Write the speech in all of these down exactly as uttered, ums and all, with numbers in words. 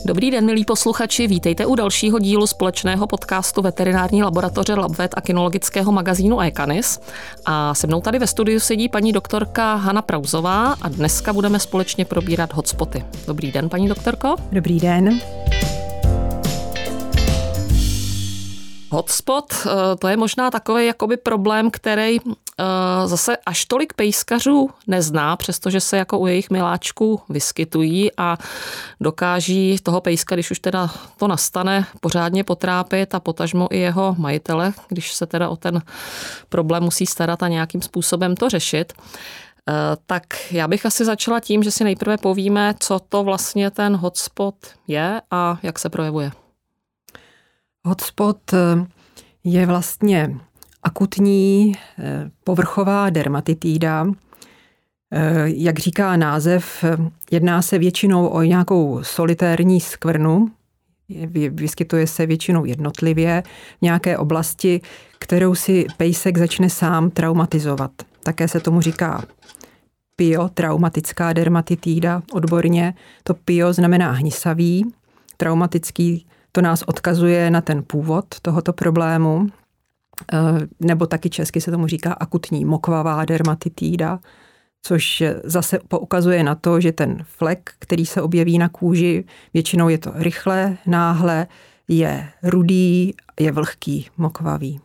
Dobrý den, milí posluchači, vítejte u dalšího dílu společného podcastu veterinární laboratoře LabVet a kynologického magazínu iCanis. A se mnou tady ve studiu sedí paní doktorka Hana Prauzová a dneska budeme společně probírat hotspoty. Dobrý den, paní doktorko. Dobrý den. Hotspot, to je možná takový jakoby problém, který zase až tolik pejskařů nezná, přestože se jako u jejich miláčků vyskytují a dokáží toho pejska, když už teda to nastane, pořádně potrápit a potažmo i jeho majitele, když se teda o ten problém musí starat a nějakým způsobem to řešit. Tak já bych asi začala tím, že si nejprve povíme, co to vlastně ten hotspot je a jak se projevuje. Hotspot je vlastně akutní povrchová dermatitída. Jak říká název, jedná se většinou o nějakou solitérní skvrnu, vyskytuje se většinou jednotlivě v nějaké oblasti, kterou si pejsek začne sám traumatizovat. Také se tomu říká piotraumatická dermatitída odborně. To pio znamená hnisavý, traumatický. To nás odkazuje na ten původ tohoto problému, nebo taky česky se tomu říká akutní mokvavá dermatitída, což zase poukazuje na to, že ten flek, který se objeví na kůži, většinou je to rychle, náhle, je rudý, je vlhký, mokvavý.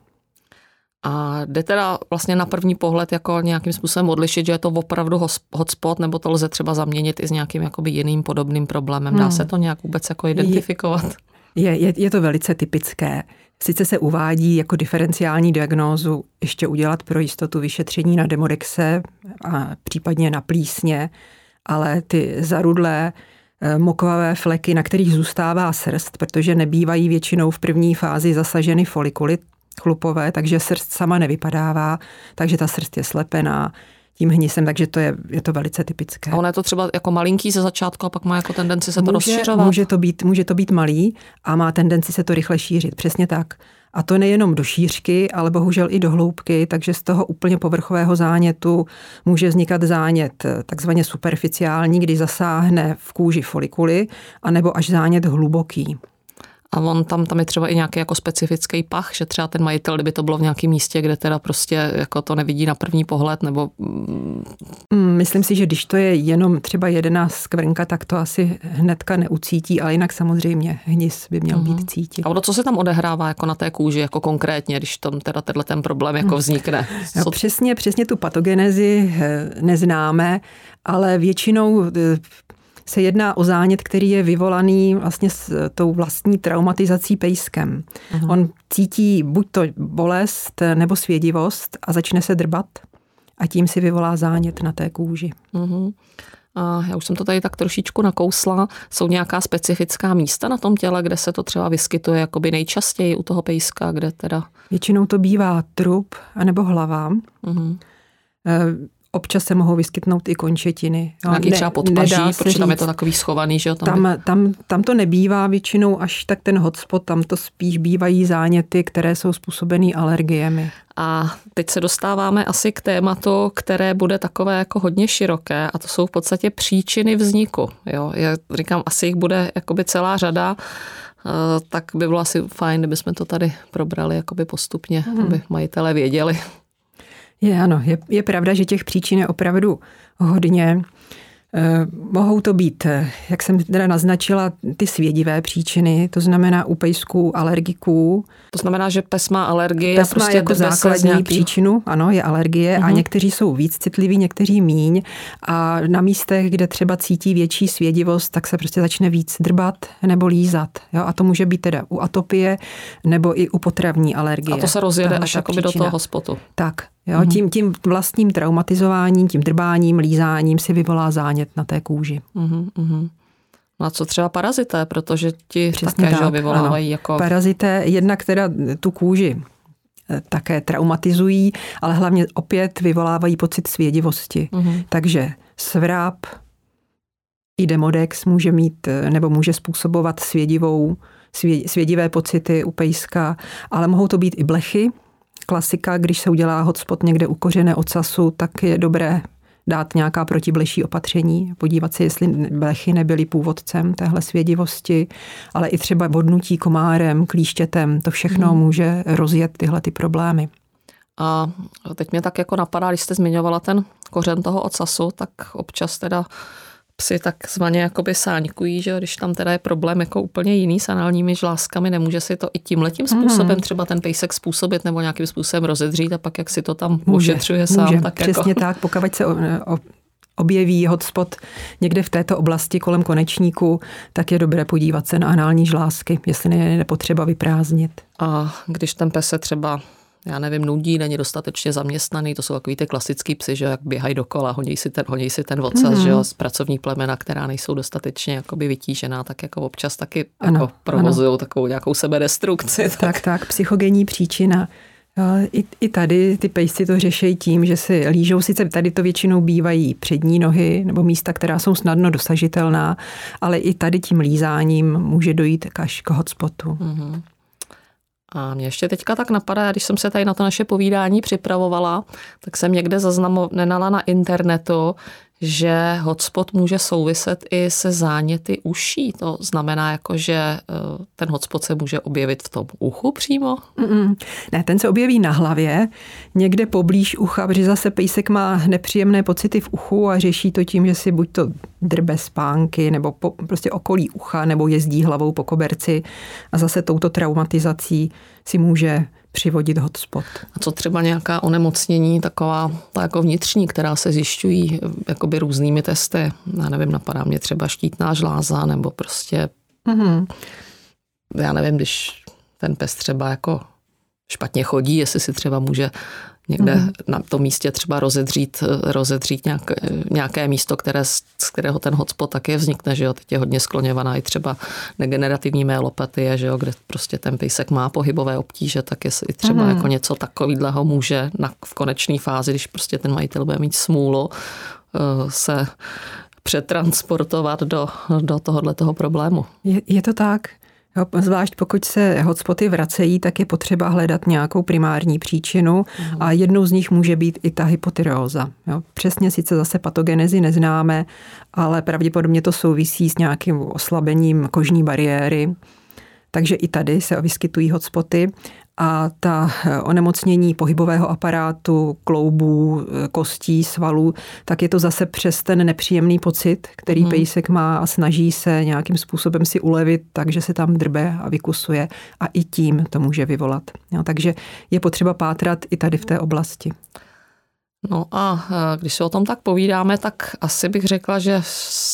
A jde teda vlastně na první pohled jako nějakým způsobem odlišit, že je to opravdu hotspot, nebo to lze třeba zaměnit i s nějakým jakoby jiným podobným problémem. Dá hmm. se to nějak vůbec jako identifikovat? Je, je, je to velice typické. Sice se uvádí jako diferenciální diagnózu ještě udělat pro jistotu vyšetření na demodexe a případně na plísně, ale ty zarudlé mokvavé fleky, na kterých zůstává srst, protože nebývají většinou v první fázi zasaženy folikuly chlupové, takže srst sama nevypadává, takže ta srst je slepená tím hnisem, takže to je, je to velice typické. A ono je to třeba jako malinký ze začátku a pak má jako tendenci se to může, rozšiřovat? Může to být, může to být malý a má tendenci se to rychle šířit, přesně tak. A to nejenom do šířky, ale bohužel i do hloubky, takže z toho úplně povrchového zánětu může vznikat zánět takzvaně superficiální, kdy zasáhne v kůži folikuly, anebo až zánět hluboký. A on tam, tam je třeba i nějaký jako specifický pach, že třeba ten majitel, kdyby to bylo v nějakém místě, kde teda prostě jako to nevidí na první pohled, nebo... Myslím si, že když to je jenom třeba jedna skvrnka, tak to asi hnedka neucítí, ale jinak samozřejmě hnis by měl uh-huh. být cítit. A ono, co se tam odehrává jako na té kůži, jako konkrétně, když tam teda tenhle ten problém jako vznikne? Co... Přesně, přesně tu patogenezi neznáme, ale většinou... se jedná o zánět, který je vyvolaný vlastně s tou vlastní traumatizací pejskem. Uhum. On cítí buď to bolest nebo svědivost a začne se drbat a tím si vyvolá zánět na té kůži. Uhum. A já už jsem to tady tak trošičku nakousla. Jsou nějaká specifická místa na tom těle, kde se to třeba vyskytuje jakoby nejčastěji u toho pejska, kde teda... Většinou to bývá trup anebo hlava. Uhum. E- Občas se mohou vyskytnout i končetiny. Nějaký třeba podpaží, protože tam je to takový schovaný, že jo? Tam, tam, tam, tam to nebývá většinou až tak ten hotspot, tam to spíš bývají záněty, které jsou způsobený alergiemi. A teď se dostáváme asi k tématu, které bude takové jako hodně široké a to jsou v podstatě příčiny vzniku. Jo? Já říkám, asi jich bude jakoby celá řada, tak by bylo asi fajn, kdybychom to tady probrali jakoby postupně, hmm. aby majitelé věděli. Je, ano, je, je pravda, že těch příčin je opravdu hodně. Eh, mohou to být, jak jsem teda naznačila, ty svědivé příčiny, to znamená u pejsků alergiků. To znamená, že pes má alergii. Pes prostě má jako základní nějaký... příčinu, ano, je alergie uh-huh. a někteří jsou víc citliví, někteří míň a na místech, kde třeba cítí větší svědivost, tak se prostě začne víc drbat nebo lízat. Jo? A to může být teda u atopie nebo i u potravní alergie. A to se rozjede až jakoby do toho hotspotu. Tak. Jo, mm-hmm. tím, tím vlastním traumatizováním, tím drbáním, lízáním si vyvolá zánět na té kůži. Mm-hmm. No a co třeba parazité, protože ti přesně také tak, vyvolávají ano. jako... Parazité jednak teda tu kůži také traumatizují, ale hlavně opět vyvolávají pocit svědivosti. Mm-hmm. Takže svráb i demodex může mít nebo může způsobovat svědivou, svědivé pocity u pejska, ale mohou to být i blechy. Klasika, když se udělá hotspot někde u kořene ocasu, tak je dobré dát nějaká protiblejší opatření, podívat se, jestli blechy nebyly původcem téhle svědivosti, ale i třeba bodnutí komárem, klíštětem, to všechno hmm. může rozjet tyhle ty problémy. A teď mě tak jako napadá, když jste zmiňovala ten kořen toho ocasu, tak občas teda psi takzvaně jakoby sáňkují, že když tam teda je problém jako úplně jiný s análními žlázkami, nemůže si to i tímhletím způsobem mm. třeba ten pejsek způsobit nebo nějakým způsobem rozedřít a pak jak si to tam může, ošetřuje sám. Může, tak přesně jako... tak, pokud se o, o, objeví hotspot někde v této oblasti kolem konečníku, tak je dobré podívat se na anální žlázky, jestli je nepotřeba vyprázdnit. A když ten pes se třeba já nevím, nudí, není dostatečně zaměstnaný, to jsou takový ty klasický psy, že jak běhají dokola, honí si ten, honí si ten ocas, mm-hmm. že jo, z pracovní plemena, která nejsou dostatečně jakoby vytížená, tak jako občas taky ano, jako provozují takovou nějakou sebedestrukci. Tak, tak, tak psychogenní příčina. I, I tady ty pejsci to řeší tím, že si lížou, sice tady to většinou bývají přední nohy nebo místa, která jsou snadno dosažitelná, ale i tady tím lízáním může dojít až k hotspotu. Mm-hmm. A mě ještě teďka tak napadá, když jsem se tady na to naše povídání připravovala, tak jsem někde zaznamenala na internetu, že hotspot může souviset i se záněty uší. To znamená, jako, že ten hotspot se může objevit v tom uchu přímo? Mm-mm. Ne, ten se objeví na hlavě, někde poblíž ucha, protože zase pejsek má nepříjemné pocity v uchu a řeší to tím, že si buď to drbe spánky, nebo po, prostě okolí ucha, nebo jezdí hlavou po koberci a zase touto traumatizací si může přivodit hotspot. A co třeba nějaká onemocnění, taková ta jako vnitřní, která se zjišťují jakoby různými testy? Já nevím, napadá mě třeba štítná žláza, nebo prostě, mm-hmm. já nevím, když ten pes třeba jako špatně chodí, jestli si třeba může někde mm-hmm. na tom místě třeba rozedřít, rozedřít nějak, nějaké místo, které, z kterého ten hotspot taky vznikne, že jo, teď je hodně skloněvaná i třeba degenerativní myelopatie, že jo, kde prostě ten pejsek má pohybové obtíže, tak jestli třeba mm-hmm. jako něco takového může na, v konečné fázi, když prostě ten majitel bude mít smůlu, se přetransportovat do, do tohoto problému. Je, je to tak. Jo, zvlášť pokud se hotspoty vracejí, tak je potřeba hledat nějakou primární příčinu mm. a jednou z nich může být i ta hypotyreóza. Jo, přesně sice zase patogenezi neznáme, ale pravděpodobně to souvisí s nějakým oslabením kožní bariéry. Takže i tady se vyskytují hotspoty a ta onemocnění pohybového aparátu, kloubů, kostí, svalů, tak je to zase přes ten nepříjemný pocit, který hmm. pejsek má a snaží se nějakým způsobem si ulevit, takže se tam drbe a vykusuje a i tím to může vyvolat. Jo, takže je potřeba pátrat i tady v té oblasti. No a když se o tom tak povídáme, tak asi bych řekla, že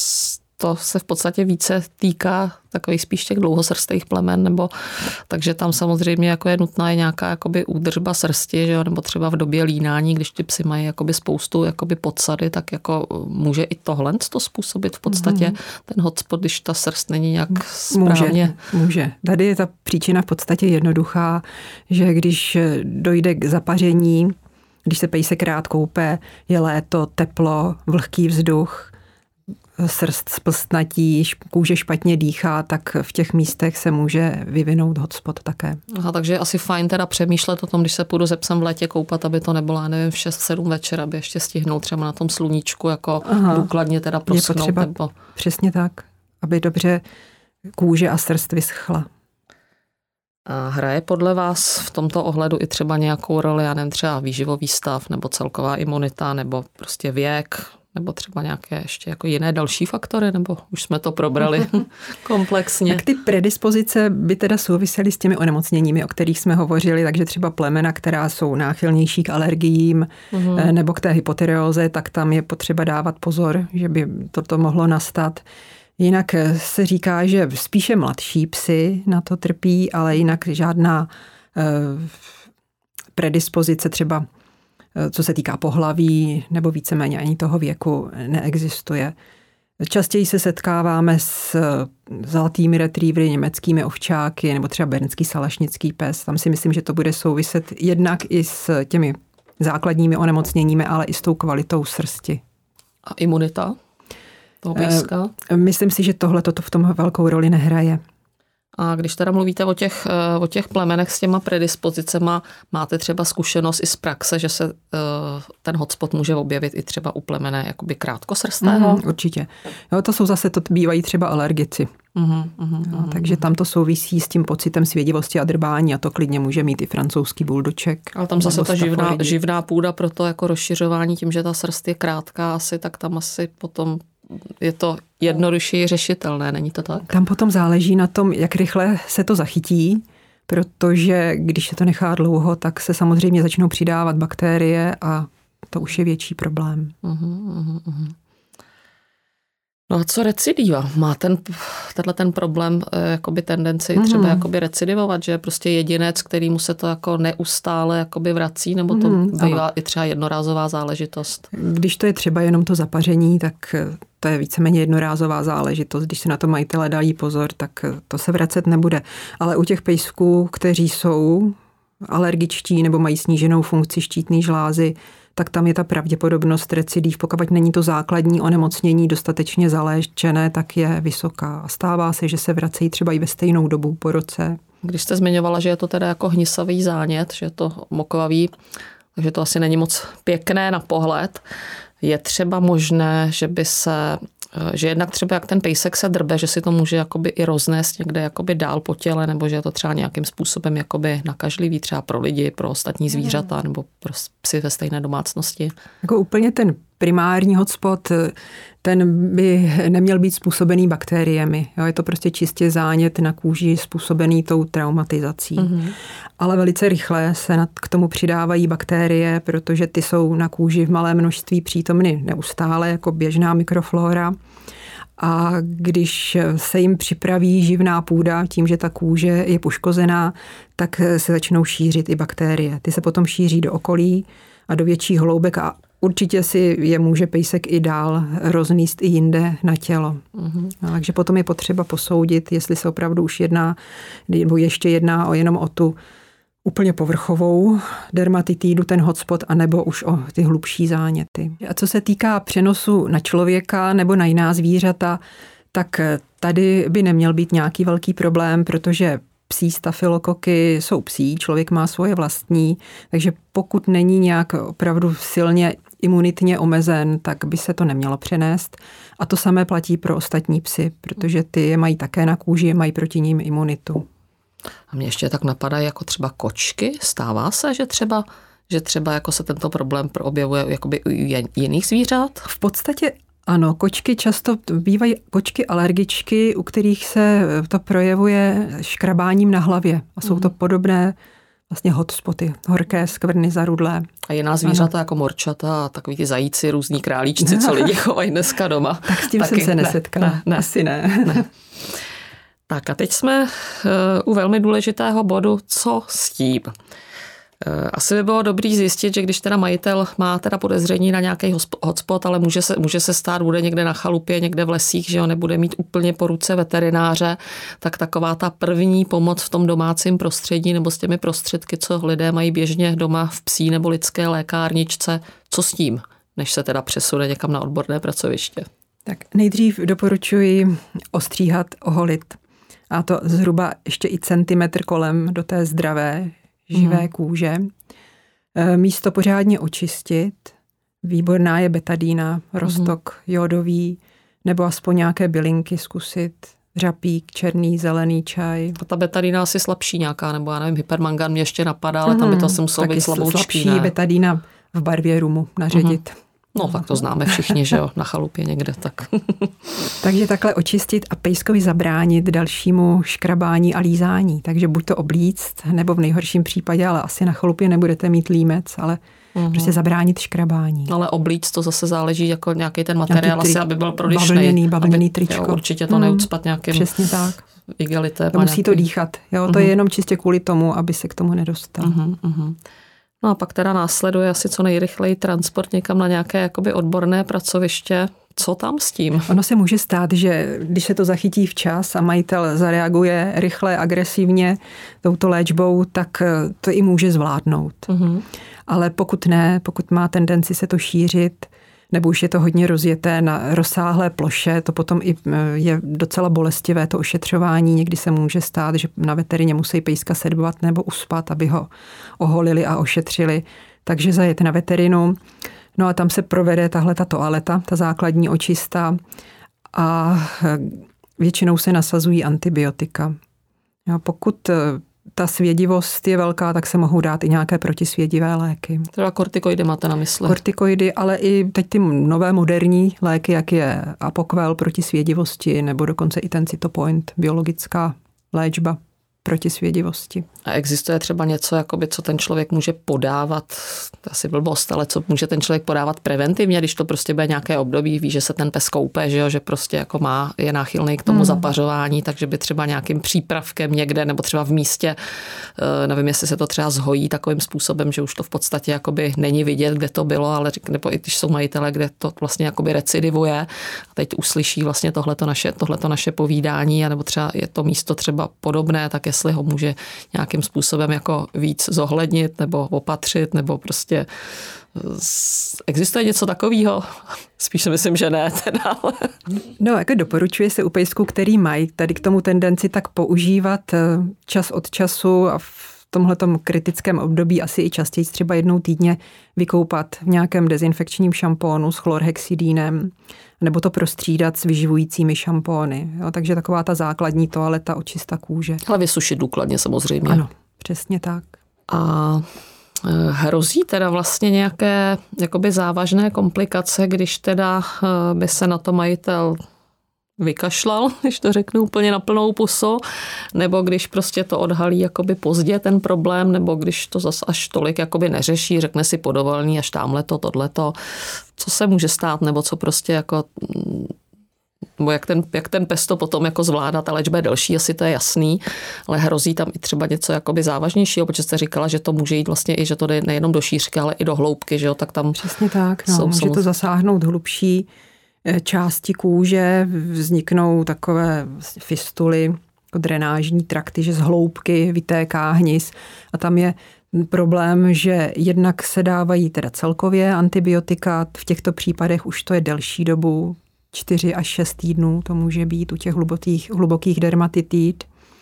to se v podstatě více týká takových spíš těch dlouhosrstých plemen, nebo takže tam samozřejmě jako je nutná je nějaká jakoby údržba srsti, že jo, nebo třeba v době línání, když ty psy mají jakoby spoustu jakoby podsady, tak jako může i tohle to způsobit v podstatě mm. ten hotspot, když ta srst není nějak správně. Může, může. Tady je ta příčina v podstatě jednoduchá, že když dojde k zapaření, když se pejsek rád koupe, je léto, teplo, vlhký vzduch, srst splstnatí, kůže špatně dýchá, tak v těch místech se může vyvinout hotspot také. Aha, takže je asi fajn teda přemýšlet o tom, když se půjdu se psem v létě koupat, aby to nebylo, já nevím, v šest sedm večer, aby ještě stihnul třeba na tom sluníčku jako Aha, důkladně teda proschnout. Je potřeba, nebo... Přesně tak, aby dobře kůže a srst vyschla. A hraje podle vás v tomto ohledu i třeba nějakou roli, já nevím, třeba výživový stav, nebo celková imunita, nebo prostě věk, nebo třeba nějaké ještě jako jiné další faktory, nebo už jsme to probrali komplexně? Tak ty predispozice by teda souvisely s těmi onemocněními, o kterých jsme hovořili, takže třeba plemena, která jsou náchylnější k alergiím mm-hmm. nebo k té hypotyreóze, tak tam je potřeba dávat pozor, že by toto mohlo nastat. Jinak se říká, že spíše mladší psy na to trpí, ale jinak žádná predispozice třeba co se týká pohlaví nebo víceméně ani toho věku neexistuje. Častěji se setkáváme s zlatými retrievery, německými ovčáky nebo třeba bernský salašnický pes. Tam si myslím, že to bude souviset jednak i s těmi základními onemocněními, ale i s tou kvalitou srsti. A imunita toho pejska? Myslím si, že tohle toto v tom velkou roli nehraje. A když teda mluvíte o těch, o těch plemenech s těma predispozicema, máte třeba zkušenost i z praxe, že se ten hotspot může objevit i třeba u plemene jakoby krátkosrstého? Mm, určitě. Jo, to jsou zase, to bývají třeba alergici. Uhum, uhum, no, takže tam to souvisí s tím pocitem svědivosti a drbání a to klidně může mít i francouzský buldoček. Ale tam zase ta živná, živná půda pro to jako rozšiřování, tím, že ta srst je krátká asi, tak tam asi potom je to jednodušeji řešitelné, není to tak? Tam potom záleží na tom, jak rychle se to zachytí, protože když se to nechá dlouho, tak se samozřejmě začnou přidávat bakterie a to už je větší problém. Uhum, uhum, uhum. No a co recidiva? Má ten, tenhle ten problém jakoby tendenci mm. třeba jakoby recidivovat, že je prostě jedinec, kterýmu se to jako neustále jakoby vrací, nebo to mm, bývá ano. i třeba jednorázová záležitost? Když to je třeba jenom to zapaření, tak to je víceméně jednorázová záležitost. Když se na to majitele dají pozor, tak to se vracet nebude. Ale u těch pejsků, kteří jsou alergičtí nebo mají sníženou funkci štítné žlázy, tak tam je ta pravděpodobnost recidiv, pokud není to základní onemocnění dostatečně zaléčené, tak je vysoká. A stává se, že se vracejí třeba i ve stejnou dobu po roce. Když jste zmiňovala, že je to teda jako hnisavý zánět, že je to mokvavý, takže to asi není moc pěkné na pohled, je třeba možné, že by se, že jednak třeba jak ten pejsek se drbe, že si to může jakoby i roznést někde jakoby dál po těle, nebo že je to třeba nějakým způsobem jakoby nakažlivý třeba pro lidi, pro ostatní zvířata, nebo pro psy ve stejné domácnosti. Jako úplně ten primární hotspot, ten by neměl být způsobený bakteriemi. Jo, je to prostě čistě zánět na kůži způsobený tou traumatizací. Mm-hmm. Ale velice rychle se k tomu přidávají bakterie, protože ty jsou na kůži v malé množství přítomny neustále jako běžná mikroflora. A když se jim připraví živná půda tím, že ta kůže je poškozená, tak se začnou šířit i bakterie. Ty se potom šíří do okolí a do větších hloubek a určitě si je může pejsek i dál roznést i jinde na tělo. Mm-hmm. No, takže potom je potřeba posoudit, jestli se opravdu už jedná, nebo ještě jedná o jenom o tu úplně povrchovou dermatitidu, ten hotspot, anebo už o ty hlubší záněty. A co se týká přenosu na člověka nebo na jiná zvířata, tak tady by neměl být nějaký velký problém, protože psí stafylokoky jsou psí, člověk má svoje vlastní, takže pokud není nějak opravdu silně imunitně omezen, tak by se to nemělo přenést. A to samé platí pro ostatní psy, protože ty je mají také na kůži, mají proti ním imunitu. A mě ještě tak napadají jako třeba kočky. Stává se, že třeba, že třeba jako se tento problém objevuje jakoby u jiných zvířat? V podstatě ano, kočky často bývají kočky alergičky, u kterých se to projevuje škrabáním na hlavě. A jsou to podobné vlastně hotspoty, horké skvrny zarudlé. A jiná zvířata ano. jako morčata a takový ty zajíci, různí králíčci, co lidi chovají dneska doma. Tak s tím Taky, jsem se nesetkala. Ne, ne, Asi ne. ne. Tak a teď jsme u velmi důležitého bodu, co s tím. Asi by bylo dobrý zjistit, že když teda majitel má teda podezření na nějaký hotspot, ale může se, může se stát, bude někde na chalupě, někde v lesích, že ho nebude mít úplně po ruce veterináře, tak taková ta první pomoc v tom domácím prostředí nebo s těmi prostředky, co lidé mají běžně doma v psí nebo lidské lékárničce, co s tím, než se teda přesune někam na odborné pracoviště? Tak nejdřív doporučuji ostříhat, oholit. A to zhruba ještě i centimetr kolem do té zdravé, živé mm. kůže. Místo pořádně očistit. Výborná je betadína, roztok mm. jodový, nebo aspoň nějaké bylinky zkusit. Řapík, černý, zelený čaj. A ta betadína asi slabší nějaká, nebo já nevím, hypermangan mě ještě napadá, ale mm. tam by to asi muselo být slaboučký. Slabší betadína v barvě rumu naředit. Mm. No tak to známe všichni, že jo, na chalupě někde. Tak. Takže takhle očistit a pejskovi zabránit dalšímu škrabání a lízání. Takže buď to oblíct, nebo v nejhorším případě, ale asi na chalupě nebudete mít límec, ale uhum. prostě zabránit škrabání. Ale oblíct to zase záleží jako nějaký ten materiál, asi, aby byl prodyšnej. Bavlněný, bavlněný tričko. Jo, určitě to hmm. neucpat nějakým Přesně tak. igelitem. Musí nějaký... to dýchat. Jo, to uhum. je jenom čistě kvůli tomu, aby se k tomu nedostal. Uhum, uhum. No a pak teda následuje asi co nejrychleji transport někam na nějaké jakoby odborné pracoviště. Co tam s tím? Ono se může stát, že když se to zachytí včas a majitel zareaguje rychle, agresivně touto léčbou, tak to i může zvládnout. Uh-huh. Ale pokud ne, pokud má tendenci se to šířit, nebo už je to hodně rozjeté na rozsáhlé ploše, to potom i je docela bolestivé to ošetřování. Někdy se může stát, že na veterině musí pejska sedbat nebo uspat, aby ho oholili a ošetřili. Takže zajet na veterinu. No a tam se provede tahle ta toaleta, ta základní očista a většinou se nasazují antibiotika. A pokud ta svědivost je velká, tak se mohou dát i nějaké protisvědivé léky. Teda kortikoidy máte na mysli? Kortikoidy, ale i teď ty nové moderní léky, jak je Apoquel proti svědivosti, nebo dokonce i ten Cytopoint, biologická léčba proti svědivosti. A existuje třeba něco, jakoby, co ten člověk může podávat, asi blbost, ale co může ten člověk podávat preventivně, když to prostě bude nějaké období, ví, že se ten pes koupe, že, jo, že prostě jako má, je náchylný k tomu hmm. zapařování, takže by třeba nějakým přípravkem někde, nebo třeba v místě, nevím, jestli se to třeba zhojí takovým způsobem, že už to v podstatě jakoby není vidět, kde to bylo, ale nebo i když jsou majitele, kde to vlastně jakoby recidivuje a teď uslyší vlastně tohleto naše, tohleto naše povídání, anebo třeba je to místo třeba podobné, tak jestli ho může nějakým způsobem jako víc zohlednit nebo opatřit, nebo prostě existuje něco takového? Spíš si myslím, že ne. Teda, ale... No, jako doporučuje se u pejsků, který mají tady k tomu tendenci tak používat čas od času a v tomhletom kritickém období asi i častěji třeba jednou týdně vykoupat v nějakém dezinfekčním šampónu s chlorhexidínem, nebo to prostřídat s vyživujícími šampóny. Jo, takže taková ta základní toaleta, očista kůže. Ale vysušit důkladně samozřejmě. Ano, přesně tak. A hrozí teda vlastně nějaké jakoby závažné komplikace, když teda by se na to majitel vykašlal, když to řeknu úplně na plnou pusu, nebo když prostě to odhalí jakoby pozdě ten problém, nebo když to zas až tolik jakoby neřeší, řekne si podovolný až támhleto, tohleto, co se může stát, nebo co prostě jako, nebo jak ten, jak ten pes to potom jako zvládá, ta léčba je delší, asi to je jasný, ale hrozí tam i třeba něco jakoby závažnějšího, protože jste říkala, že to může jít vlastně i, že to jde nejenom do šířky, ale i do hloubky, že jo, tak tam... Přesně tak, no, může to zasáhnout hlubší části kůže, vzniknou takové fistuly, jako drenážní trakty, že z hloubky vytéká hnis a tam je problém, že jednak se dávají teda celkově antibiotika, v těchto případech už to je delší dobu, čtyři až šest týdnů to může být u těch hlubokých, hlubokých dermatitid.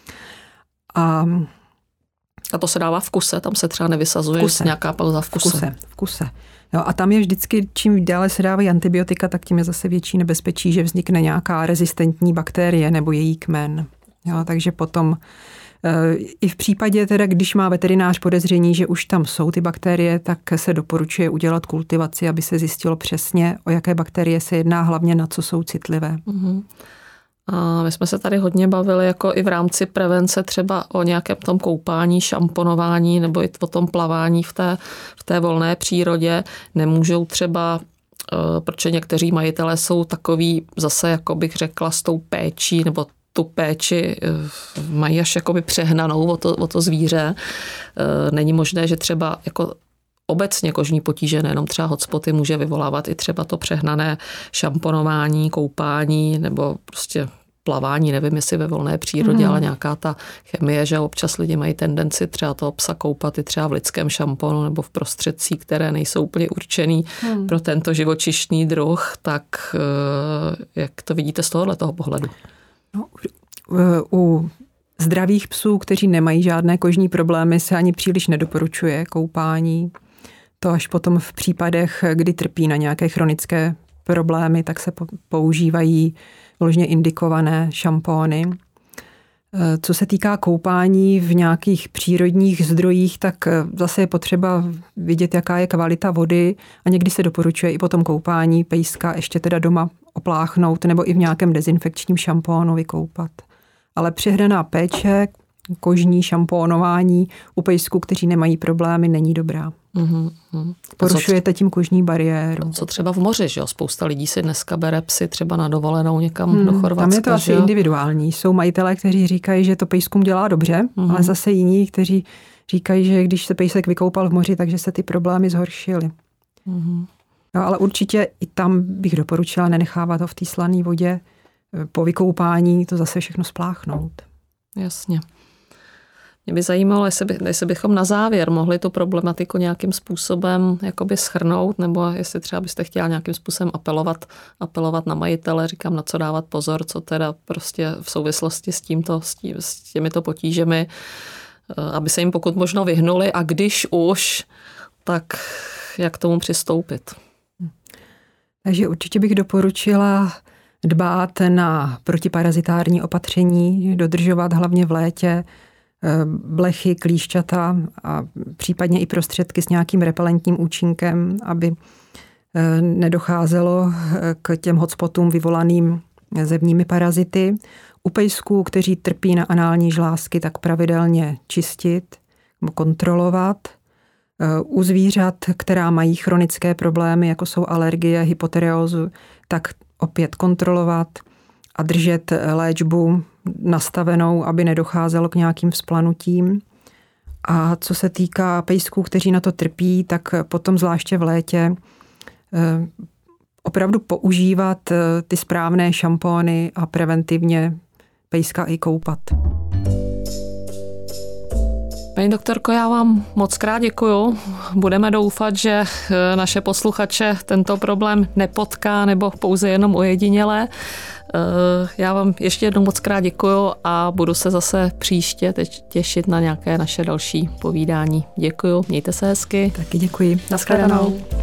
A, a to se dává v kuse, tam se třeba nevysazuje, že nějaká pauza v kuse. V kuse, v kuse. Jo, a tam je vždycky, čím dále se dávají antibiotika, tak tím je zase větší nebezpečí, že vznikne nějaká rezistentní bakterie nebo její kmen. Jo, takže potom e, i v případě, teda, když má veterinář podezření, že už tam jsou ty bakterie, tak se doporučuje udělat kultivaci, aby se zjistilo přesně, o jaké bakterie se jedná, hlavně na co jsou citlivé. Mm-hmm. A my jsme se tady hodně bavili jako i v rámci prevence třeba o nějakém tom koupání, šamponování nebo i o tom plavání v té, v té volné přírodě. Nemůžou třeba, protože někteří majitelé jsou takový zase, jako bych řekla, s tou péčí nebo tu péči mají až jakoby přehnanou o to, o to zvíře. Není možné, že třeba jako obecně kožní potíže, nejenom třeba hotspoty, může vyvolávat i třeba to přehnané šamponování, koupání nebo prostě plavání, nevím, jestli ve volné přírodě, mm. ale nějaká ta chemie, že občas lidi mají tendenci třeba toho psa koupat i třeba v lidském šamponu nebo v prostředcích, které nejsou úplně určený mm. pro tento živočišný druh, tak jak to vidíte z tohohle toho pohledu? No, u zdravých psů, kteří nemají žádné kožní problémy, se ani příliš nedoporučuje koupání. To až potom v případech, kdy trpí na nějaké chronické problémy, tak se používají vložně indikované šampóny. Co se týká koupání v nějakých přírodních zdrojích, tak zase je potřeba vidět, jaká je kvalita vody a někdy se doporučuje i potom koupání pejska ještě teda doma opláchnout nebo i v nějakém dezinfekčním šampónu vykoupat. Ale přehnaná péče, kožní šampónování u pejsků, kteří nemají problémy, není dobrá. Mm-hmm. Porušujete tím kožní bariéru. Co třeba v moři, že jo? Spousta lidí si dneska bere psy třeba na dovolenou někam hmm, do Chorvatska. Tam je to asi jo? individuální. Jsou majitelé, kteří říkají, že to pejskům dělá dobře, mm-hmm. ale zase jiní, kteří říkají, že když se pejsek vykoupal v moři, takže se ty problémy zhoršily. Mm-hmm. No, ale určitě i tam bych doporučila nenechávat ho v té slané vodě. Po vykoupání to zase všechno spláchnout. Jasně. Mě by zajímalo, jestli, by, jestli bychom na závěr mohli tu problematiku nějakým způsobem jakoby shrnout, nebo jestli třeba byste chtěla nějakým způsobem apelovat, apelovat na majitele, říkám, na co dávat pozor, co teda prostě v souvislosti s tímto, s, tím, s těmito potížemi, aby se jim pokud možno vyhnuli a když už, tak jak k tomu přistoupit. Takže určitě bych doporučila dbát na protiparazitární opatření, dodržovat hlavně v létě blechy, klíšťata a případně i prostředky s nějakým repelentním účinkem, aby nedocházelo k těm hotspotům vyvolaným zevními parazity. U pejsků, kteří trpí na anální žlázky, tak pravidelně čistit, kontrolovat. U zvířat, která mají chronické problémy, jako jsou alergie, hypotyreózu, tak opět kontrolovat a držet léčbu nastavenou, aby nedocházelo k nějakým vzplanutím. A co se týká pejsků, kteří na to trpí, tak potom zvláště v létě opravdu používat ty správné šampóny a preventivně pejska i koupat. Paní doktorko, já vám moc krát děkuju. Budeme doufat, že naše posluchače tento problém nepotká nebo pouze jenom ojedinělé. Já vám ještě jednou moc krát děkuju a budu se zase příště teď těšit na nějaké naše další povídání. Děkuju, mějte se hezky. Taky děkuji. Naschledanou.